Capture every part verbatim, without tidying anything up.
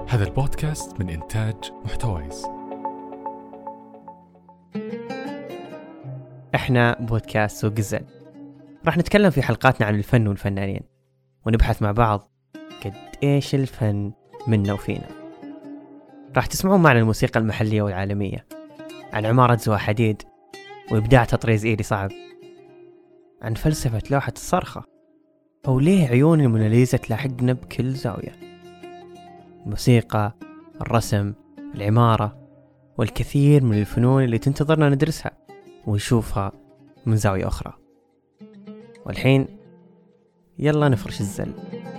هذا البودكاست من إنتاج محتويس. إحنا بودكاست سوق الزل، راح نتكلم في حلقاتنا عن الفن والفنانين، ونبحث مع بعض قد إيش الفن منا وفينا. راح تسمعون معنا الموسيقى المحلية والعالمية، عن عمارة زوا حديد وإبداع تطريز إيدي صعب، عن فلسفة لوحة الصرخة، أو ليه عيون الموناليزا تلاحقنا بكل زاوية. الموسيقى، الرسم، العمارة، والكثير من الفنون اللي تنتظرنا ندرسها ونشوفها من زاوية أخرى. والحين يلا نفرش الزل.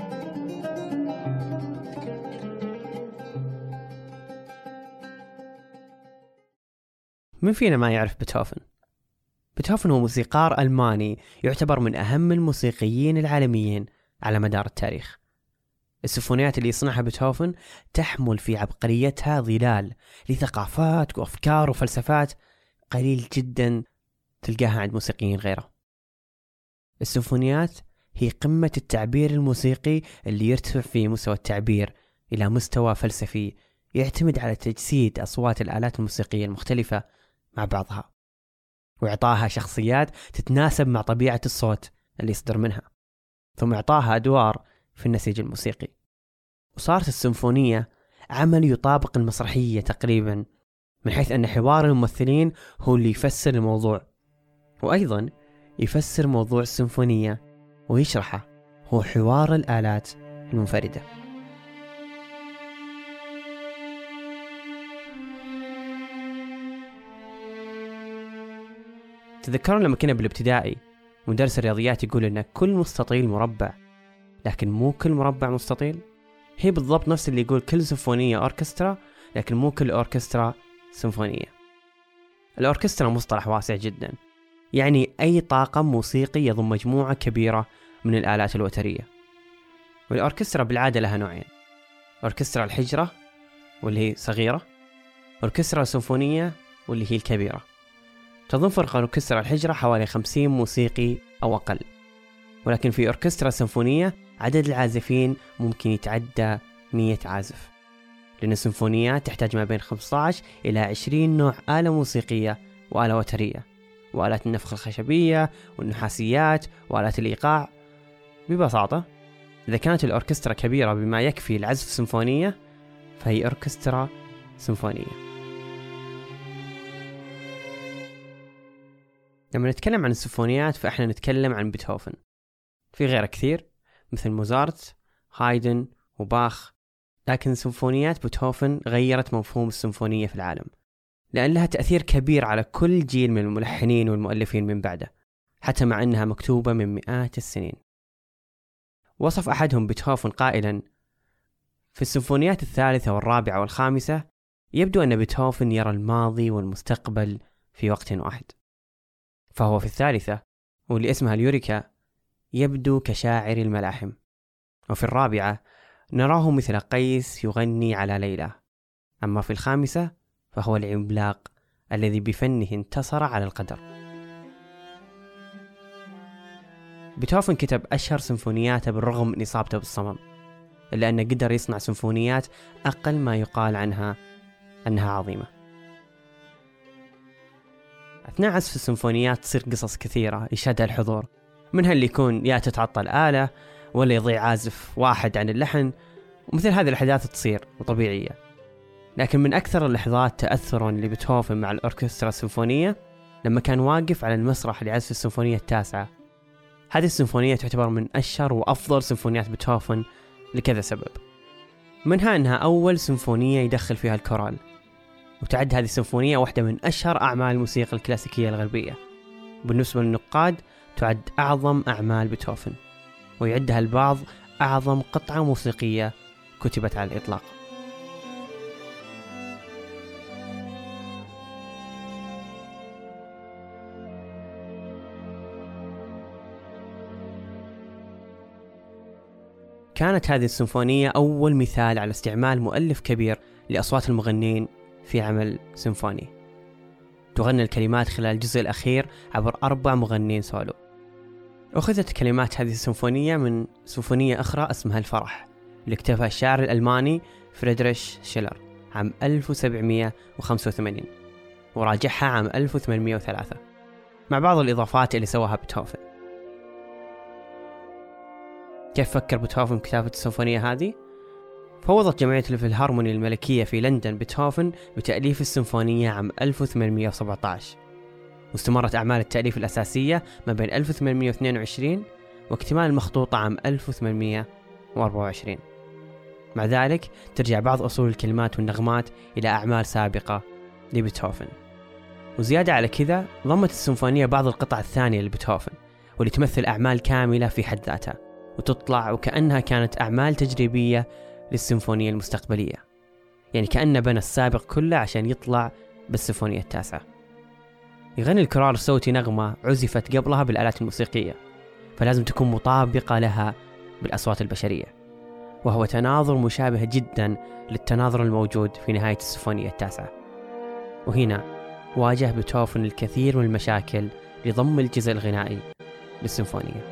من فينا ما يعرف بيتهوفن؟ بيتهوفن هو موسيقار ألماني يعتبر من أهم الموسيقيين العالميين على مدار التاريخ. السيمفونيات اللي يصنعها بيتهوفن تحمل في عبقريتها ظلال لثقافات وأفكار وفلسفات قليل جدا تلقاها عند موسيقيين غيره. السيمفونيات هي قمة التعبير الموسيقي اللي يرتفع في مستوى التعبير إلى مستوى فلسفي يعتمد على تجسيد أصوات الآلات الموسيقية المختلفة مع بعضها، وإعطاها شخصيات تتناسب مع طبيعة الصوت اللي يصدر منها، ثم إعطاها أدوار في النسيج الموسيقي. وصارت السيمفونية عمل يطابق المسرحية تقريبا، من حيث أن حوار الممثلين هو اللي يفسر الموضوع، وأيضا يفسر موضوع السيمفونية ويشرحه هو حوار الآلات المنفردة. تذكرون لما كنا بالابتدائي مدرس الرياضيات يقول لنا كل مستطيل مربع، لكن مو كل مربع مستطيل؟ هي بالضبط نفس اللي يقول كل سيمفونية أوركسترا، لكن مو كل أوركسترا سيمفونية. الأوركسترا مصطلح واسع جدا، يعني أي طاقم موسيقي يضم مجموعة كبيرة من الآلات الوترية. والأوركسترا بالعادة لها نوعين: أوركسترا الحجرة واللي هي صغيرة، أوركسترا السيمفونية واللي هي الكبيرة. تضم فرقة أوركسترا الحجرة حوالي خمسين موسيقي أو أقل، ولكن في أوركسترا السيمفونية عدد العازفين ممكن يتعدى مية عازف، لأن السيمفونيات تحتاج ما بين خمسة عشر إلى عشرين نوع آلة موسيقية وآلة وترية، وآلات النفخ الخشبية والنحاسيات وآلات الإيقاع. ببساطة إذا كانت الأوركسترا كبيرة بما يكفي لعزف سيمفونية فهي أوركسترا سيمفونية. لما نتكلم عن السيمفونيات فإحنا نتكلم عن بيتهوفن، في غيره كثير مثل موزارت، هايدن وباخ، لكن سيمفونيات بيتهوفن غيرت مفهوم السيمفونية في العالم، لأن لها تأثير كبير على كل جيل من الملحنين والمؤلفين من بعده، حتى مع أنها مكتوبة من مئات السنين. وصف أحدهم بيتهوفن قائلا: في السيمفونيات الثالثة والرابعة والخامسة يبدو أن بيتهوفن يرى الماضي والمستقبل في وقت واحد، فهو في الثالثة واللي اسمها اليوريكا يبدو كشاعر الملاحم، وفي الرابعة نراه مثل قيس يغني على ليلى، أما في الخامسة فهو العملاق الذي بفنه انتصر على القدر. بيتهوفن كتب أشهر سيمفونياته بالرغم من إصابته بالصمم، إلا أنه قدر يصنع سيمفونيات أقل ما يقال عنها أنها عظيمة. أثناء عزف السيمفونيات تصير قصص كثيرة يشهدها الحضور، منها اللي يكون يا تتعطل آلة ولا يضيع عازف واحد عن اللحن، ومثل هذه الأحداث تصير وطبيعية. لكن من أكثر اللحظات تأثراً لبيتهوفن مع الأوركسترا السيمفونية لما كان واقف على المسرح لعزف السيمفونية التاسعة. هذه السيمفونية تعتبر من أشهر وأفضل سيمفونيات بيتهوفن لكذا سبب، منها أنها أول سيمفونية يدخل فيها الكورال، وتعد هذه السيمفونية واحدة من أشهر أعمال الموسيقى الكلاسيكية الغربية، بالنسبة للنقاد تعد أعظم أعمال بيتهوفن، ويعدها البعض أعظم قطعة موسيقية كتبت على الإطلاق. كانت هذه السيمفونية أول مثال على استعمال مؤلف كبير لأصوات المغنين في عمل سيمفوني. تغني الكلمات خلال الجزء الأخير عبر أربع مغنين سولو. أخذت كلمات هذه السيمفونية من سيمفونية أخرى اسمها الفرح اللي اكتبها الشاعر الألماني فريدريش شيلر عام ألف وسبعمائة وخمسة وثمانين، وراجعها عام ألف وثمانمائة وثلاثة مع بعض الإضافات اللي سواها بيتهوفن. كيف فكر بيتهوفن بكتابة السيمفونية هذه؟ فوضت جمعية الفيلهارموني الملكية في لندن بيتهوفن بتأليف السيمفونية عام ألف وثمانمائة وسبعة عشر، واستمرت أعمال التأليف الأساسية ما بين ألف وثمانمائة واثنين وعشرين واكتمال المخطوطة عام ألف وثمانمائة وأربعة وعشرين. مع ذلك ترجع بعض أصول الكلمات والنغمات إلى أعمال سابقة لبيتهوفن. وزيادة على كذا ضمت السيمفونية بعض القطع الثانية لبيتهوفن، واللي تمثل أعمال كاملة في حد ذاتها، وتطلع وكأنها كانت أعمال تجريبية للسيمفونية المستقبلية، يعني كأنه بنى السابق كله عشان يطلع بالسيمفونية التاسعة. يغني الكرار الصوتي نغمة عزفت قبلها بالآلات الموسيقية، فلازم تكون مطابقة لها بالأصوات البشرية، وهو تناظر مشابه جدا للتناظر الموجود في نهاية السيمفونية التاسعة. وهنا واجه بيتهوفن الكثير من المشاكل لضم الجزء الغنائي للسيمفونية.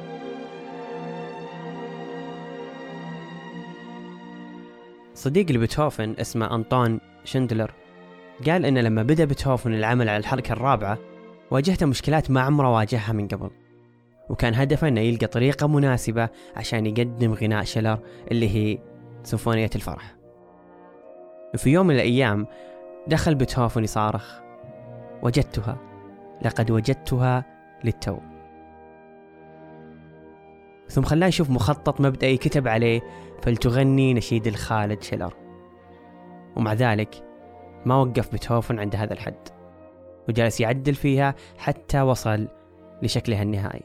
صديق لبيتهوفن اسمه أنطون شندلر قال إن لما بدأ بيتهوفن العمل على الحركة الرابعة واجهته مشكلات ما عمره واجهها من قبل، وكان هدفه إنه يلقى طريقة مناسبة عشان يقدم غناء شيلر اللي هي سيمفونية الفرح. وفي يوم من الأيام دخل بيتهوفن يصارخ: وجدتها، لقد وجدتها للتو. ثم خلاه يشوف مخطط مبدئي كتب عليه: فلتغني نشيد الخالد شيلر. ومع ذلك ما وقف بيتهوفن عند هذا الحد، وجالس يعدل فيها حتى وصل لشكلها النهائي.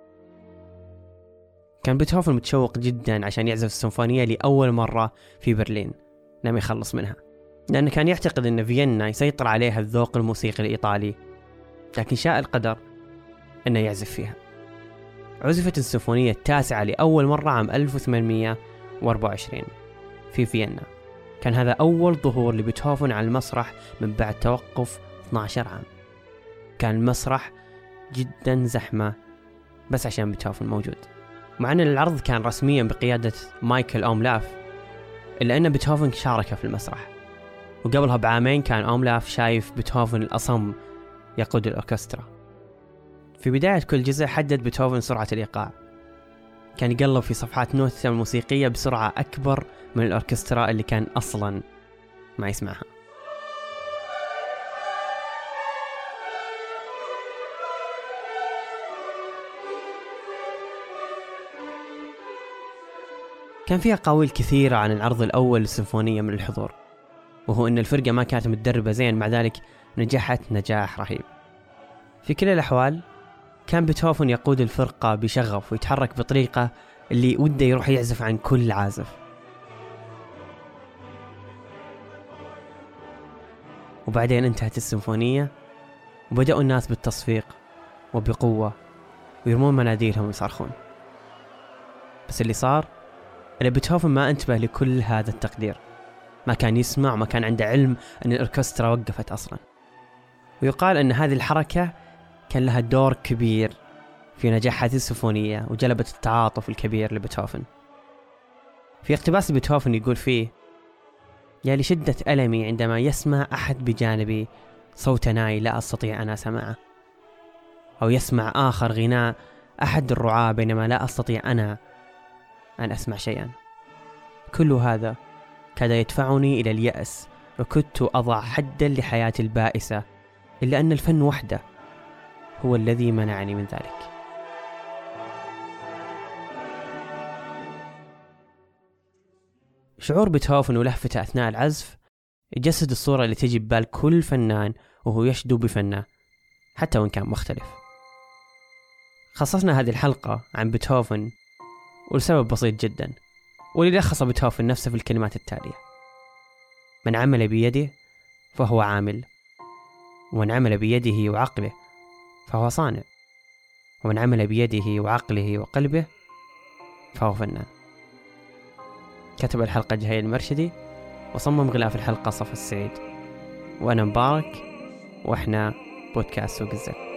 كان بيتهوفن متشوق جدا عشان يعزف السيمفونية لأول مرة في برلين لم يخلص منها، لأنه كان يعتقد أن فيينا يسيطر عليها الذوق الموسيقي الإيطالي، لكن شاء القدر أنه يعزف فيها. عزفت السيمفونية التاسعة لأول مرة عام ألف وثمانمائة وأربعة وعشرين في فيينا. كان هذا أول ظهور لبيتهوفن على المسرح من بعد توقف اثني عشر عام. كان المسرح جدا زحمة بس عشان بيتهوفن موجود، مع أن العرض كان رسميا بقيادة مايكل أوملاف، إلا أن بيتهوفن شارك في المسرح. وقبلها بعامين كان أوملاف شايف بيتهوفن الأصم يقود الأوركسترا. في بداية كل جزء حدد بيتهوفن سرعة الإيقاع، كان يقلب في صفحات نوتة الموسيقية بسرعة أكبر من الأوركسترا اللي كان أصلا ما يسمعها. كان فيها أقاويل كثيرة عن العرض الأول للسيمفونية من الحضور، وهو أن الفرقة ما كانت متدربة زين، مع ذلك نجحت نجاح رهيب. في كل الأحوال كان بيتهوفن يقود الفرقة بشغف ويتحرك بطريقة اللي وده يروح يعزف عن كل عازف. وبعدين انتهت السيمفونية وبدأوا الناس بالتصفيق وبقوة ويرمون مناديلهم ويصرخون. بس اللي صار أن بيتهوفن ما انتبه لكل هذا التقدير، ما كان يسمع وما كان عنده علم أن الأوركسترا وقفت أصلا. ويقال أن هذه الحركة كان لها دور كبير في نجاح هذه السيمفونية وجلبت التعاطف الكبير لبيتهوفن. في اقتباس بيتهوفن يقول فيه: يا لشدة ألمي عندما يسمع أحد بجانبي صوت ناي لا أستطيع أن أسمعه، أو يسمع آخر غناء أحد الرعاة بينما لا أستطيع أنا أن أسمع شيئا. كل هذا كاد يدفعني إلى اليأس، وكنت أضع حدا لحياتي البائسة، إلا أن الفن وحده هو الذي منعني من ذلك. شعور بيتهوفن ولهفته أثناء العزف يجسد الصورة اللي تجي ببال كل فنان وهو يشدو بفنه حتى وإن كان مختلف. خصصنا هذه الحلقة عن بيتهوفن ولسبب بسيط جدا، واللي لخص بيتهوفن نفسه في الكلمات التالية: من عمل بيده فهو عامل، ومن عمل بيده وعقله فهو صانع، ومن عمل بيده وعقله وقلبه فهو فنان. كتب الحلقة جهير المرشدي، وصمم غلاف الحلقة صف السعيد، وأنا مبارك، وإحنا بودكاست سوق الزر.